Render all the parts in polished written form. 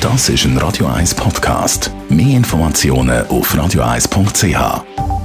Das ist ein Radio 1 Podcast. Mehr Informationen auf radio1.ch.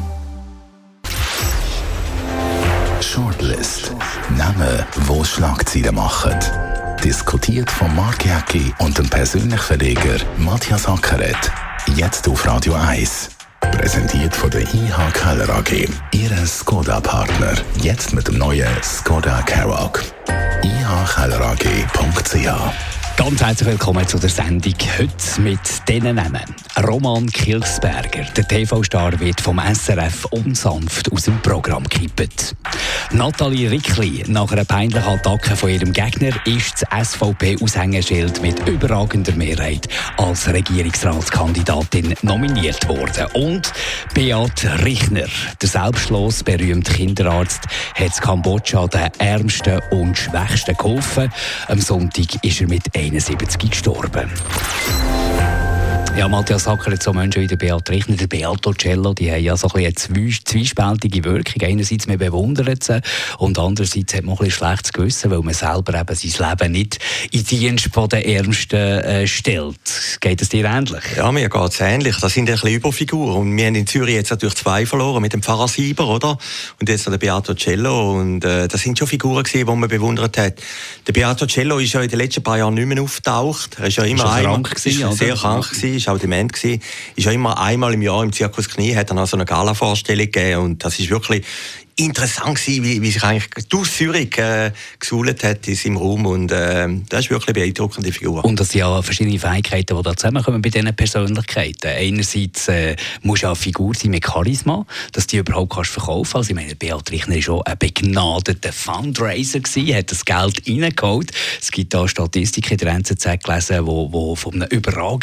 Shortlist. Namen, die Schlagzeilen machen. Diskutiert von Mark Jäcki und dem persönlichen Verleger Matthias Ackeret. Jetzt auf Radio 1. Präsentiert von der IH Keller AG. Ihre Skoda-Partner. Jetzt mit dem neuen Skoda Karoq. ihkellerag.ch. Ganz herzlich willkommen zu der Sendung. Heute mit diesen Namen. Roman Kilchsberger, der TV-Star, wird vom SRF unsanft aus dem Programm gekippt. Nathalie Rickli, nach einer peinlichen Attacke von ihrem Gegner, ist das SVP-Aushängeschild mit überragender Mehrheit als Regierungsratskandidatin nominiert worden. Und Beat Richner, der selbstlos berühmte Kinderarzt, hat Kambodscha den Ärmsten und Schwächsten geholfen. Am Sonntag ist er mit 71 gestorben. Ja, Matthias Ackeret, so Menschen wie der Beat Richner, der Beato Cello, die haben ja so ein bisschen eine zwiespältige Wirkung. Einerseits, man bewundert sie und andererseits hat man ein bisschen schlechtes Gewissen, weil man selber eben sein Leben nicht in Dienst der Ärmsten stellt. Geht es dir ähnlich? Ja, mir geht es ähnlich. Das sind ein bisschen Überfiguren. Und wir haben in Zürich jetzt natürlich 2 verloren, mit dem Pfarrer Sieber, oder? Und jetzt der Beato Cello. Und das sind schon Figuren gewesen, die man bewundert hat. Der Beato Cello ist ja in den letzten paar Jahren nicht mehr aufgetaucht. Er ist ja immer sehr krank gewesen. Auch dement gewesen, ist ja immer einmal im Jahr im Zirkus Knie, hat dann auch so eine Gala-Vorstellung gegeben und das ist wirklich interessant gewesen, wie sich eigentlich durch Zürich gesuhlt hat in seinem Raum und das ist wirklich eine beeindruckende Figur. Und das sind ja verschiedene Fähigkeiten, die da zusammenkommen bei diesen Persönlichkeiten. Einerseits muss ja eine Figur sein mit Charisma, dass die überhaupt kannst verkaufen. Also ich meine, Beat Richner war schon ein begnadeter Fundraiser gewesen, hat das Geld reingeholt. Es gibt da Statistiken in der NZZ gelesen, wo von einer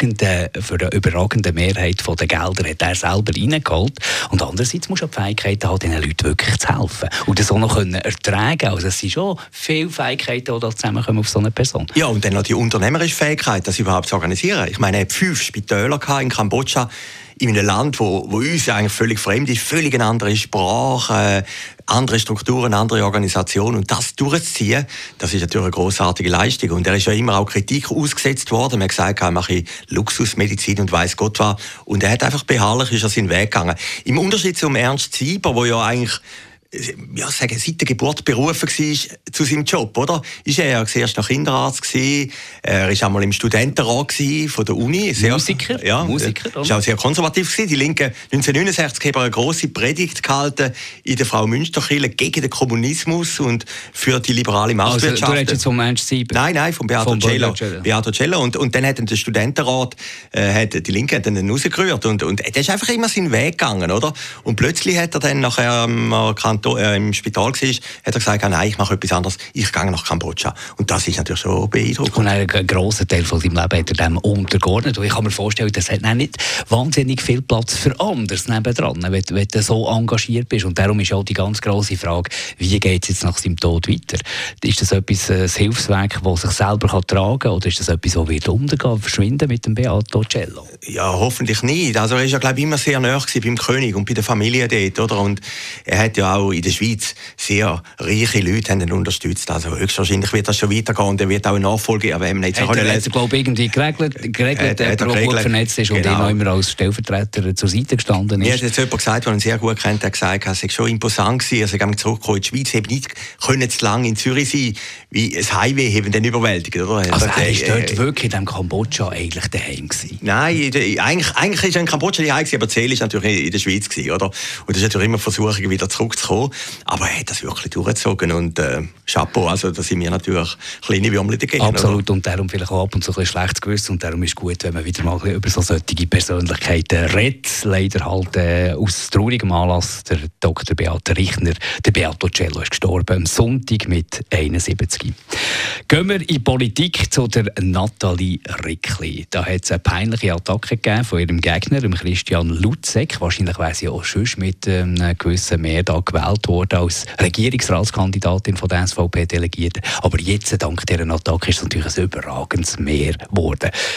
überragenden Mehrheit der Gelder hat er selber reingeholt. Und andererseits muss er die Fähigkeiten haben, diesen Leuten wirklich zu helfen und das auch noch ertragen. Also es sind schon viele Fähigkeiten, die da zusammenkommen auf so eine Person. Ja, und dann noch die unternehmerische Fähigkeit, das überhaupt zu organisieren. Ich meine, er hat 5 Spitäler in Kambodscha, in einem Land, wo uns eigentlich völlig fremd ist, völlig eine andere Sprache, andere Strukturen, andere Organisationen. Und das durchzuziehen, das ist natürlich eine grossartige Leistung. Und er ist ja immer auch Kritik ausgesetzt worden. Man hat gesagt, er mache Luxusmedizin und weiss Gott was. Und er hat einfach beharrlich ist er seinen Weg gegangen. Im Unterschied zum Ernst Sieber, der ja eigentlich seit der Geburt berufen war zu seinem Job, oder? Ist er ja zuerst noch Kinderarzt gewesen, er war einmal im Studentenrat von der Uni. Musiker. Ja, Musiker. Ist auch sehr konservativ gewesen. Die Linke 1969 hat eine grosse Predigt gehalten in der Frau Münsterkirche gegen den Kommunismus und für die liberale Marktwirtschaft. Also, du redest jetzt vom Ernst Sieber? Nein, vom Beato Cello. Beato Cello. Und dann hat der Studentenrat, die Linke hat ihn rausgerührt und der ist einfach immer seinen Weg gegangen, oder? Und plötzlich hat er dann nachher im Spital war, hat er gesagt, nein, ich mache etwas anderes, ich gehe nach Kambodscha. Und das ist natürlich schon beeindruckend. Und einen grossen Teil von seinem Leben hat er dem untergeordnet. Und ich kann mir vorstellen, das hat nicht wahnsinnig viel Platz für anderes nebendran, wenn du so engagiert bist. Und darum ist auch die ganz grosse Frage, wie geht es jetzt nach seinem Tod weiter? Ist das etwas, ein Hilfswerk, das sich selber tragen kann, oder ist das etwas, das wird untergehen, verschwinden mit dem Beato Cello? Ja, hoffentlich nicht. Also er war ja, glaube ich, immer sehr nahe beim König und bei der Familie dort, oder? Und er hat ja auch in der Schweiz sehr reiche Leute haben ihn unterstützt. Also höchstwahrscheinlich wird das schon weitergehen und er wird auch eine Nachfolge. Aber wenn man jetzt hat er, glaube ich, irgendwie geregelt, der gut vernetzt ist und immer als Stellvertreter zur Seite gestanden ist. Mir hat jetzt jemand gesagt, der ihn sehr gut kennt, der gesagt hat, es sei schon imposant gewesen, er sei zurückgekommen in die Schweiz, habe nicht können zu lange in Zürich sein, wie ein Highway haben dann überwältigt, oder? Also er ist dort wirklich in dem Kambodscha eigentlich daheim gewesen? Nein, eigentlich ist er in Kambodscha daheim gewesen, aber die Seele ist natürlich in der Schweiz gewesen, oder? Und das ist natürlich immer Versuchung, wieder zurückzukommen. Aber er hat das wirklich durchgezogen und Chapeau, also da sind wir natürlich kleine Würmchen dagegen. Absolut, oder? Und darum vielleicht auch ab und zu ein bisschen schlechtes Gewissen und darum ist es gut, wenn man wieder mal über so solche Persönlichkeiten redet. Leider halt aus traurigem Anlass, der Dr. Beat Richner, der Beato Cello ist gestorben am Sonntag mit 71. Gehen wir in die Politik zu der Nathalie Rickli. Da hat es eine peinliche Attacke gegeben von ihrem Gegner, dem Christian Lutzek. Wahrscheinlich wäre sie auch schon mit einem gewissen Mehr da gewählt worden als Regierungsratskandidatin von der SVP-Delegierten. Aber jetzt, dank dieser Attacke, ist es natürlich ein überragendes Mehr geworden.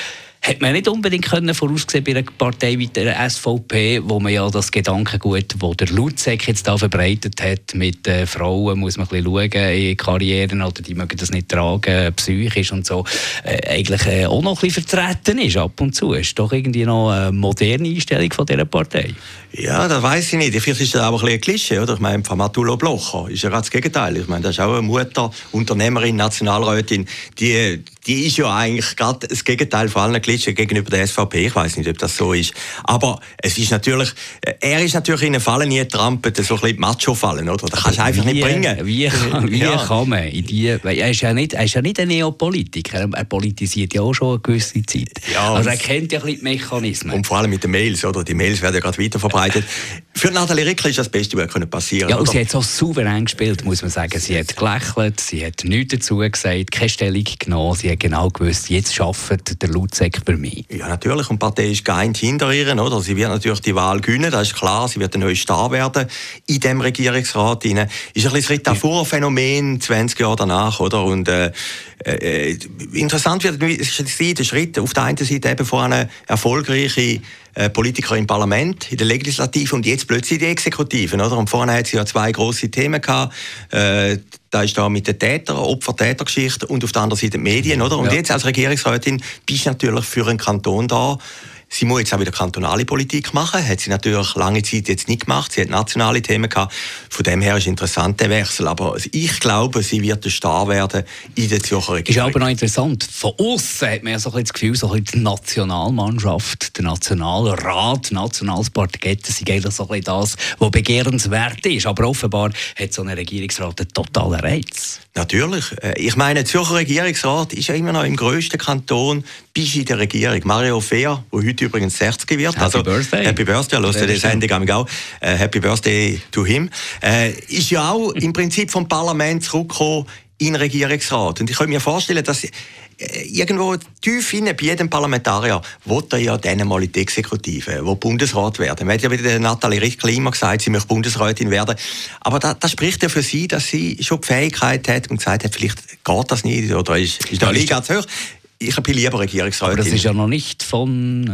Hätte man nicht unbedingt voraussehen bei einer Partei wie der SVP, wo man ja das Gedankengut, das der Lutzeck jetzt da verbreitet hat, mit Frauen muss man ein bisschen schauen in Karrieren oder die mögen das nicht tragen, psychisch und so, eigentlich auch noch ein bisschen vertreten ist ab und zu. Ist doch irgendwie noch eine moderne Einstellung von dieser Partei? Ja, das weiss ich nicht. Vielleicht ist das auch ein Klischee, oder? Ich meine, von Matulo Blocher ist ja gerade das Gegenteil. Ich meine, das ist auch eine Mutter, Unternehmerin, Nationalrätin. Die ist ja eigentlich gerade das Gegenteil von allen Klischee gegenüber der SVP. Ich weiss nicht, ob das so ist. Aber es ist natürlich, er ist natürlich in eine Falle nie getrampelt, so ein bisschen Macho-Fallen, oder? Das kannst du einfach nicht bringen. Wie kann man in die... Er ist ja nicht ein Neopolitiker. Er politisiert ja auch schon eine gewisse Zeit. Ja, also er kennt ja ein bisschen die Mechanismen. Und vor allem mit den Mails, oder? Die Mails werden ja gerade weiter verbreitet. Für Nathalie Rickli ist das Beste, was passieren konnte. Ja, und oder? sie hat so souverän gespielt, muss man sagen. Sie hat gelächelt, sie hat nichts dazu gesagt, keine Stellung genommen. Sie hat genau gewusst, jetzt arbeitet der Lutzeck bei mir. Ja, natürlich. Und die Partei ist geeint hinter ihr. Oder? Sie wird natürlich die Wahl gewinnen, das ist klar. Sie wird ein neuer Star werden in diesem Regierungsrat. Ist ein bisschen das Rita-Fura-Phänomen 20 Jahre danach. Oder? Und interessant wird der Schritt auf der einen Seite eben von einer erfolgreichen Politiker im Parlament, in der Legislative und jetzt plötzlich die Exekutive. Oder? Und vorher hat sie ja zwei grosse Themen gehabt. Da ist da mit den Opfer-Täter-Geschichte und auf der anderen Seite die Medien. Oder? Und jetzt als Regierungsrätin bist du natürlich für einen Kanton da. Sie muss jetzt auch wieder kantonale Politik machen. Hat sie natürlich lange Zeit jetzt nicht gemacht. Sie hat nationale Themen gehabt. Von dem her ist interessant der Wechsel. Aber ich glaube, sie wird ein Star werden in der Zürcher Regierung. Ist aber noch interessant. Von außen hat man ja so ein bisschen das Gefühl, so ein bisschen die Nationalmannschaft, der Nationalrat, die Nationalpartei, das ist eigentlich so ein bisschen das, was begehrenswert ist. Aber offenbar hat so ein Regierungsrat einen totalen Reiz. Natürlich. Ich meine, der Zürcher Regierungsrat ist ja immer noch im grössten Kanton bis in der Regierung. Mario Fehr, der heute übrigens 60 wird. Happy Birthday. Happy Birthday, hörst du die Sendung auch. Happy Birthday to him. Ist ja auch im Prinzip vom Parlament zurückgekommen in den Regierungsrat. Und ich kann mir vorstellen, dass irgendwo tief innen bei jedem Parlamentarier will er ja dann mal in die Exekutive, wo Bundesrat werden. Man hat ja wieder Nathalie Rickli immer gesagt, sie möchte Bundesrätin werden. Aber das spricht ja für sie, dass sie schon die Fähigkeit hat und gesagt hat, vielleicht geht das nicht oder ist der Liga zu hoch. Ich bin lieber Regierungsrätin. Aber das ist ja noch nicht vom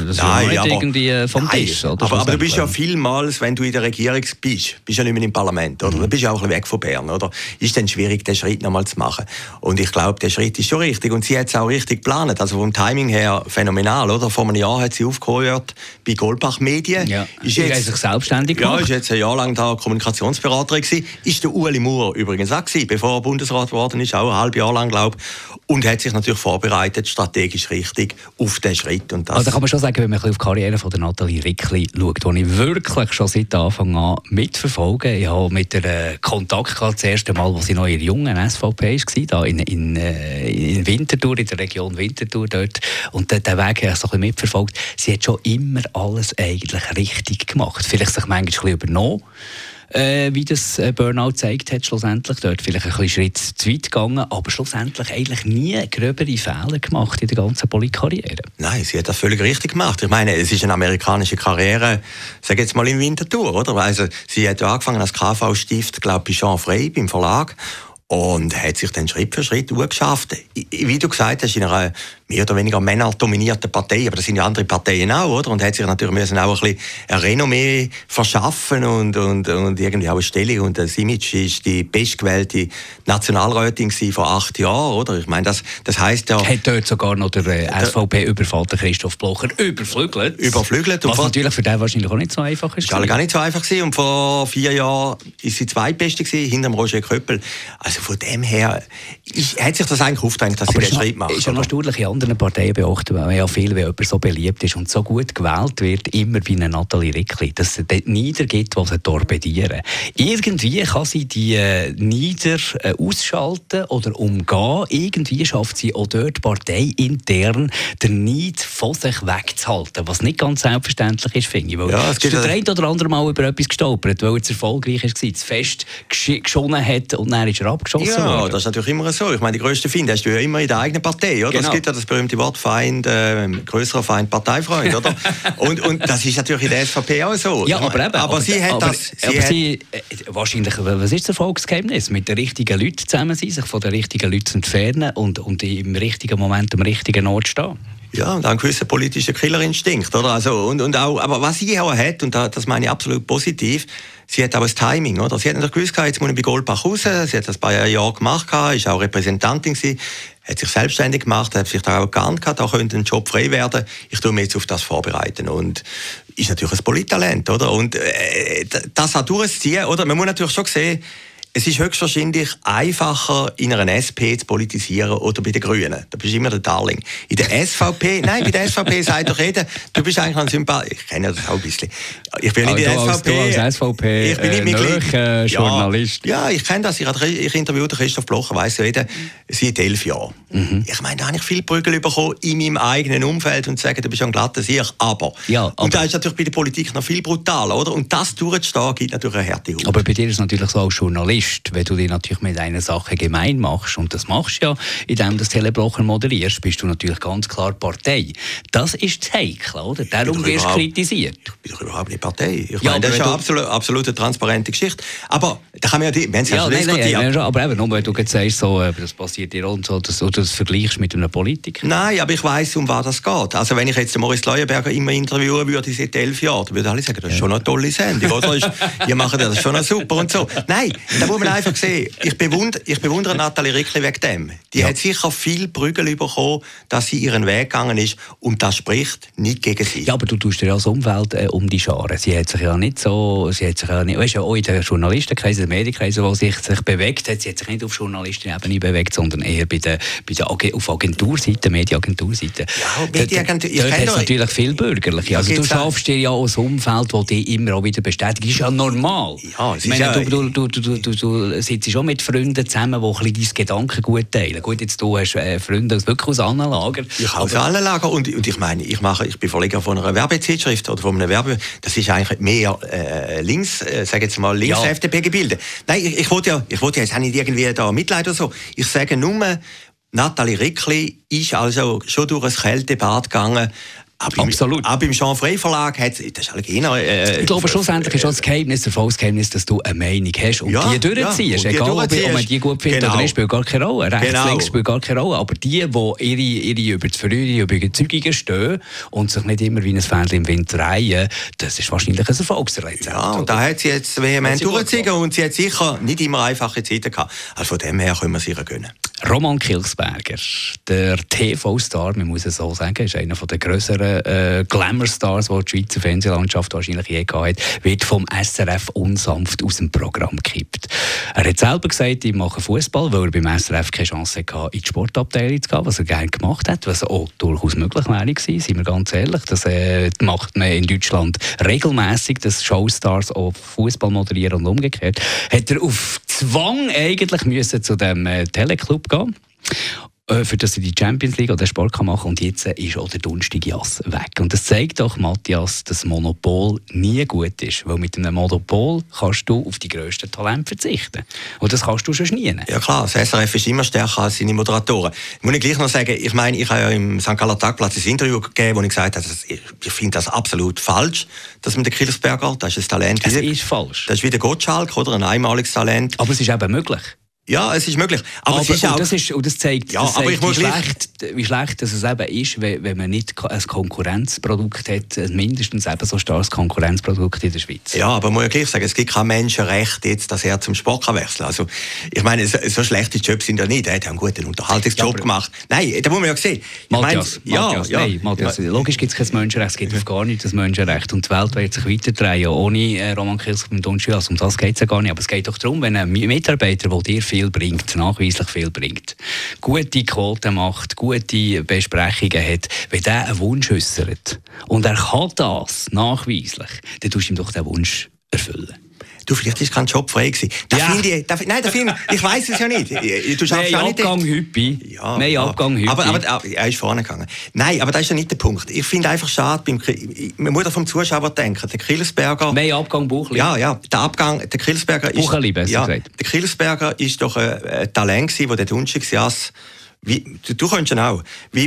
Tisch. Oder? Aber du bist ja vielmals, wenn du in der Regierung bist ja nicht mehr im Parlament. Oder? Du bist ja auch ein bisschen weg von Bern. Oder? Ist dann schwierig, den Schritt nochmal zu machen. Und ich glaube, der Schritt ist schon richtig. Und sie hat es auch richtig geplant. Also vom Timing her phänomenal. Oder? Vor einem Jahr hat sie aufgehört bei Goldbach Medien. Ja. Ist jetzt sich selbstständig gemacht. Ja, ist jetzt ein Jahr lang da Kommunikationsberaterin gewesen. Ist der Ueli Maurer übrigens auch gewesen, bevor er Bundesrat geworden ist. Auch ein halbes Jahr lang, glaube ich. Und hat sich natürlich vorbereitet, strategisch richtig auf diesen Schritt. Und das also kann man schon sagen, wenn man auf die Karriere von der Nathalie Rickli schaut, die ich wirklich schon seit Anfang an mitverfolge. Ich habe mit der Kontakt gehabt, das erste Mal, als sie noch in der jungen SVP war, da in Winterthur, in der Region Winterthur dort. Und den Weg habe ich so ein bisschen mitverfolgt. Sie hat schon immer alles eigentlich richtig gemacht. Vielleicht sich manchmal ein bisschen übernommen. Wie das Burnout gezeigt hat, schlussendlich dort vielleicht ein bisschen Schritt zu weit gegangen, aber schlussendlich eigentlich nie gröbere Fehler gemacht in der ganzen Politkarriere. Nein, sie hat das völlig richtig gemacht. Ich meine, es ist eine amerikanische Karriere, sage jetzt mal in Winterthur, oder? Also, sie hat ja angefangen als KV-Stift, glaube ich, bei Jean Frey, beim Verlag. Und hat sich dann Schritt für Schritt geschafft. Wie du gesagt hast, in einer mehr oder weniger männerdominierten Partei, aber das sind ja andere Parteien auch, oder? Und hat sich natürlich müssen auch ein bisschen ein Renommee verschaffen und irgendwie auch eine Stellung. Und das Image ist die bestgewählte Nationalrätin vor 8 Jahren, oder? Ich meine, das heisst ja... Hat dort sogar noch der SVP-Übervater Christoph Blocher überflügelt. Was natürlich für den wahrscheinlich auch nicht so einfach ist. Das war gar nicht so einfach gewesen. Und vor 4 Jahren ist sie zweitbeste gewesen, hinter Roger Köppel. Also von dem her hat sich das eigentlich aufgedrängt, dass sie den Schritt macht. Ist ja noch erstaunlich, in anderen Parteien beobachten wir ja viel, wenn jemand so beliebt ist und so gut gewählt wird, immer wie eine Nathalie Rickli, dass es dort Nieder gibt, die sie torpedieren. Irgendwie kann sie die Nieder ausschalten oder umgehen. Irgendwie schafft sie auch dort parteiintern den Neid von sich wegzuhalten, was nicht ganz selbstverständlich ist, finde ich. Weil es ist der ein oder andere Mal über etwas gestolpert, weil es erfolgreich war, das Fest geschonnen hat und dann ist er abgeschossen worden. Ja, das ist natürlich immer so. Ich meine, die grössten Feinde hast du ja immer in der eigenen Partei, oder? Genau. Es gibt ja das berühmte Wort Feind, grösserer Feind, Parteifreund, oder? und das ist natürlich in der SVP auch so. Ja, aber sie hat das... wahrscheinlich, was ist das Erfolgsgeheimnis? Mit den richtigen Leuten zusammen sein, sich von den richtigen Leuten zu entfernen und im richtigen Moment am richtigen Ort stehen. Ja, und auch einen gewissen politischen Killerinstinkt, oder? Also, und auch, aber was sie auch hat, und das meine ich absolut positiv, sie hat auch ein Timing, oder? Sie hat natürlich gewusst, jetzt muss ich bei Goldbach raus, sie hat das ein paar Jahre gemacht, ist auch Repräsentantin gewesen, hat sich selbstständig gemacht, hat sich da auch geahnt, da könnte ein Job frei werden, ich tue mich jetzt auf das vorbereiten und ist natürlich ein Polittalent, oder? Und das auch durchzuziehen, oder? Man muss natürlich schon sehen, es ist höchstwahrscheinlich einfacher, in einer SP zu politisieren oder bei den Grünen. Da bist du immer der Darling. In der SVP, nein, bei der SVP sagt doch jeder, du bist eigentlich ein Sympath. Ich kenne das auch ein bisschen. Ich bin nicht in der SVP. Du als SVP, ich bin nicht Mitglied. Journalist. Ja, ich kenne das. Ich interviewte Christoph Blocher, weiss ja jeder, seit 11 Jahren. Ich meine, da habe ich viel Prügel bekommen in meinem eigenen Umfeld und sagen, du bist ein glatter Sieg, aber. Und da ist natürlich bei der Politik noch viel brutaler, oder? Und das durchzustehen, gibt natürlich eine harte Haut. Aber bei dir ist es natürlich so als Journalist, wenn du dich natürlich mit einer Sache gemein machst, und das machst du ja, indem du das Teleblocher moderierst, bist du natürlich ganz klar Partei. Das ist das Heikle, oder? Darum wirst du kritisiert. Ich bin doch überhaupt nicht Partei. Ich meine, das ist eine absolut transparente Geschichte. Aber da kann man ja wenn sie diskutieren. Aber eben, nur wenn du jetzt sagst, so, das passiert dir und so, oder das vergleichst mit einem Politiker. Nein, aber ich weiss, um was das geht. Also wenn ich jetzt den Maurice Leuenberger immer interviewen würde, seit 11 Jahren, dann würden alle sagen, das ist schon eine tolle Sendung, oder? Ihr macht das schon super und so. Nein, da muss man einfach sehen, ich bewundere Nathalie Rickli wegen dem. Die hat sicher viel Prügel bekommen, dass sie ihren Weg gegangen ist, und das spricht nicht gegen sie. Ja, aber du tust dir ja das Umfeld um die Scharen. Sie hat sich ja nicht, weißt du, auch in den Journalistenkreisen, den Medienkreisen, wo sich bewegt hat, sie hat sich nicht auf Journalistenebene bewegt, sondern eher auf Agenturseite, Medienagenturseite. Ja, Dort hat es natürlich viel Bürgerliche. Also du schaffst dir ja ein Umfeld, das dich immer auch wieder bestätigt. Das ist ja normal. Ja, ich meine, du sitzt schon mit Freunden zusammen, die ein bisschen dein Gedankengut teilen. Gut, jetzt du hast Freunde wirklich aus allen Lagern. Ich aus allen Lagern. Und ich meine, ich bin Verleger von einer Werbezeitschrift oder von einem das ist eigentlich mehr links, sage jetzt mal, links FDP gebildet. Nein, ich wollte jetzt auch nicht irgendwie da Mitleid oder so. Ich sage nur, Nathalie Rickli ist also schon durch ein Kältebad gegangen. Absolut. Auch beim Jean Frey Verlag hat es, das ist ich glaube, schlussendlich ist das Geheimnis, der Erfolgsgeheimnis, dass du eine Meinung hast und die durchziehst. Egal, ob man die gut findet oder nicht, spielt gar keine Rolle. Rechts, links spielt gar keine Rolle. Aber die ihre Überzeugungen stehen und sich nicht immer wie ein Fähnchen im Wind drehen, das ist wahrscheinlich ein Erfolgsrezept. Ja, und da hat sie jetzt vehement durchgezogen und sie hat sicher nicht immer einfache Zeiten gehabt. Also von dem her können wir sie ihr gönnen. Roman Kilchsberger, der TV-Star, man muss es so sagen, ist einer der grösseren Glamour-Stars, die die Schweizer Fernsehlandschaft wahrscheinlich je gehabt hat, wird vom SRF unsanft aus dem Programm gekippt. Er hat selber gesagt, ich mache Fußball, weil er beim SRF keine Chance hatte, in die Sportabteilung zu gehen, was er gerne gemacht hat, was auch durchaus möglich wäre gewesen, sind wir ganz ehrlich. Das macht man in Deutschland regelmäßig, dass Showstars auch Fußball moderieren und umgekehrt. Hat er auf Zwang eigentlich müssen zu dem Teleclub gehen, für das sie die Champions League oder den Sport machen kann. Und jetzt ist auch der dunstige Jass weg. Und das zeigt doch, Matthias, dass Monopol nie gut ist. Weil mit einem Monopol kannst du auf die grössten Talente verzichten. Und das kannst du schon nie. Ja klar, das SRF ist immer stärker als seine Moderatoren. Muss ich gleich noch sagen, ich meine, ich habe ja im St. Galler Tagplatz ein Interview gegeben, wo ich gesagt habe, ich finde das absolut falsch, dass man den Kilchsberger, das ist ein Talent. Es ist falsch. Das ist wie der Gottschalk, oder? Ein einmaliges Talent. Aber es ist eben möglich. Ja, es ist möglich. Aber es ist auch, das zeigt, wie schlecht es eben ist, wenn man nicht ein Konkurrenzprodukt hat, mindestens eben so starkes Konkurrenzprodukt in der Schweiz. Ja, aber muss ich gleich sagen, es gibt kein Menschenrecht, jetzt, dass er zum Sport kann wechseln. Also, ich meine, so schlechte Jobs sind ja nicht. Er hat ja einen guten Unterhaltungsjob gemacht. Nein, da muss man ja sehen. Matthias, logisch gibt es kein Menschenrecht, es gibt auf gar nicht das Menschenrecht. Und die Welt wird sich weiterdrehen, ohne Roman Kilchsberger und Don Schias. Um das geht es ja gar nicht. Aber es geht doch darum, wenn ein Mitarbeiter, der dir viel bringt, nachweislich viel bringt, gute Quoten macht, gute Besprechungen hat, wenn der einen Wunsch äußert und er kann das nachweislich, dann tust du ihm doch den Wunsch erfüllen. Du, vielleicht ist kein Job frei gewesen. Ich weiss es ja nicht. Du schaffst ja nicht. Abgang Hüppi. Aber er ist vorne gegangen. Nein, aber das ist ja nicht der Punkt. Ich finde einfach schade, man muss vom Zuschauer denken. Der Kilchsberger... Mehr Abgang Buchli. Ja, der Kilchsberger ist... Buchli, besser gesagt. Der Kilchsberger ist doch ein Talent gewesen, der den Dunschig-Jass Du könntest ja auch. Wie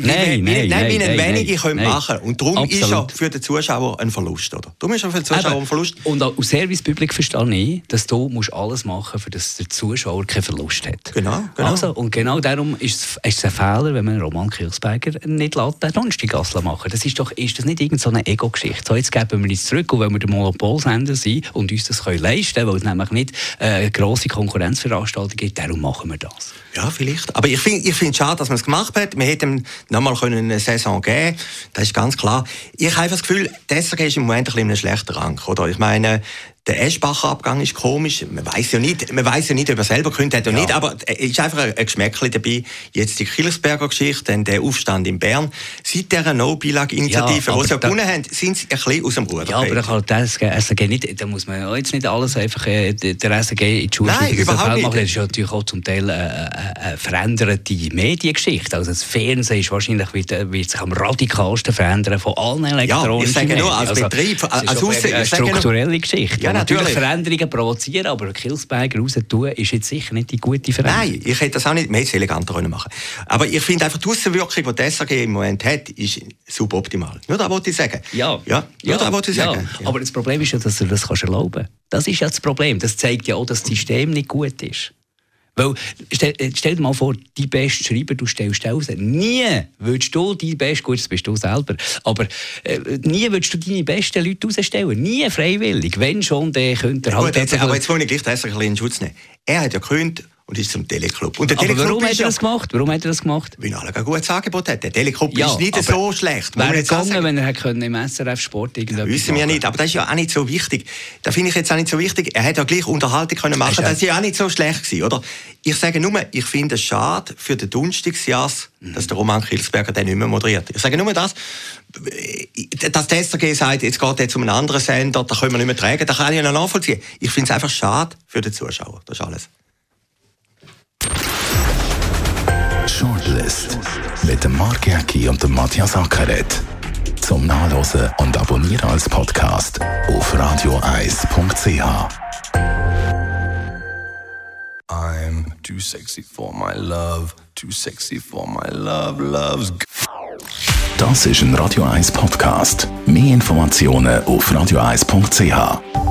wenige können machen. Und darum ist ja für den Zuschauer ein Verlust, oder? Darum ist ja für den Zuschauer ein Verlust. Und aus Servicepublik verstehe ich, dass du alles machen musst, damit der Zuschauer keinen Verlust hat. Genau. Also, und genau darum ist es ein Fehler, wenn man Roman Kilchsberger nicht den Donnerstag machen lässt. Ist das nicht irgendeine Ego-Geschichte? So, jetzt geben wir uns zurück, und wenn wir der Monopolsender sind und uns das leisten können, weil es nämlich nicht eine grosse Konkurrenzveranstaltung gibt, darum machen wir das. Ja, vielleicht. Aber ich finde es schade, dass man es gemacht hat. Wir hätten nochmal eine Saison geben können. Das ist ganz klar. Ich habe einfach das Gefühl, der SRG ist im Moment ein bisschen in einem schlechten Rang. Oder? Ich meine, der Eschbacher Abgang ist komisch. Man weiß ja nicht, ob er selber könnte oder nicht. Aber es ist einfach ein Geschmäckchen dabei. Jetzt die Kilchsberger Geschichte, dann der Aufstand in Bern. Seit dieser No-Bilag-Initiative, die sie gewonnen haben, sind sie ein bisschen aus dem Ruder. Ja, aber da kann das SRG nicht, da muss man jetzt nicht alles einfach der SRG in die Schule machen. Das ist ja natürlich auch zum Teil eine veränderte Mediengeschichte. Also das Fernsehen ist wahrscheinlich wird sich am radikalsten verändern von allen elektronischen Medien. Ja, ich sage nur, als Betrieb, eine strukturelle Geschichte. Ja, natürlich Veränderungen provozieren, aber Kilchsberger raus tun, ist jetzt sicher nicht die gute Veränderung. Nein, ich hätte das auch nicht mehr eleganter machen können. Aber ich finde einfach, die Aussenwirkung, die die SRG im Moment hat, ist suboptimal. Nur das wollte ich sagen. Ja. Aber das Problem ist ja, dass du das erlauben kannst. Das ist ja das Problem. Das zeigt ja auch, dass das System nicht gut ist. Weil, stell dir mal vor, die besten Schreiber, du stellst raus. Nie würdest du die besten, gut, das bist du selber, aber nie würdest du deine besten Leute rausstellen. Nie freiwillig. Wenn schon, dann könnte er halt... Gut, aber jetzt muss ich gleich das ein bisschen in Schutz nehmen. Er hat ja gekündigt und ist zum Teleclub. Und der aber warum hat er das gemacht? Weil er ein gutes Angebot hat. Der Teleclub ist nicht so schlecht. Wäre er gegangen, wenn er im SRF Sport irgendetwas wissen wir nicht, aber das ist ja auch nicht so wichtig. Das finde ich jetzt auch nicht so wichtig. Er hätte ja gleich Unterhaltung können machen können. Das ist ja auch nicht so schlecht gewesen, oder? Ich sage nur, ich finde es schade für den Donnerstagsjass, dass der Roman Kilchsberger den nicht mehr moderiert. Ich sage nur das, dass der SRG sagt, jetzt geht er zu einem anderen Sender, da können wir nicht mehr tragen, das kann ich noch nachvollziehen. Ich finde es einfach schade für den Zuschauer. Das ist alles. Shortlist mit dem Mark Jäcki und dem Matthias Ackeret. Zum Nachlesen und Abonnieren als Podcast auf radio1.ch. I'm too sexy for my love, too sexy for my love, love's... Das ist ein Radio 1 Podcast. Mehr Informationen auf radio1.ch.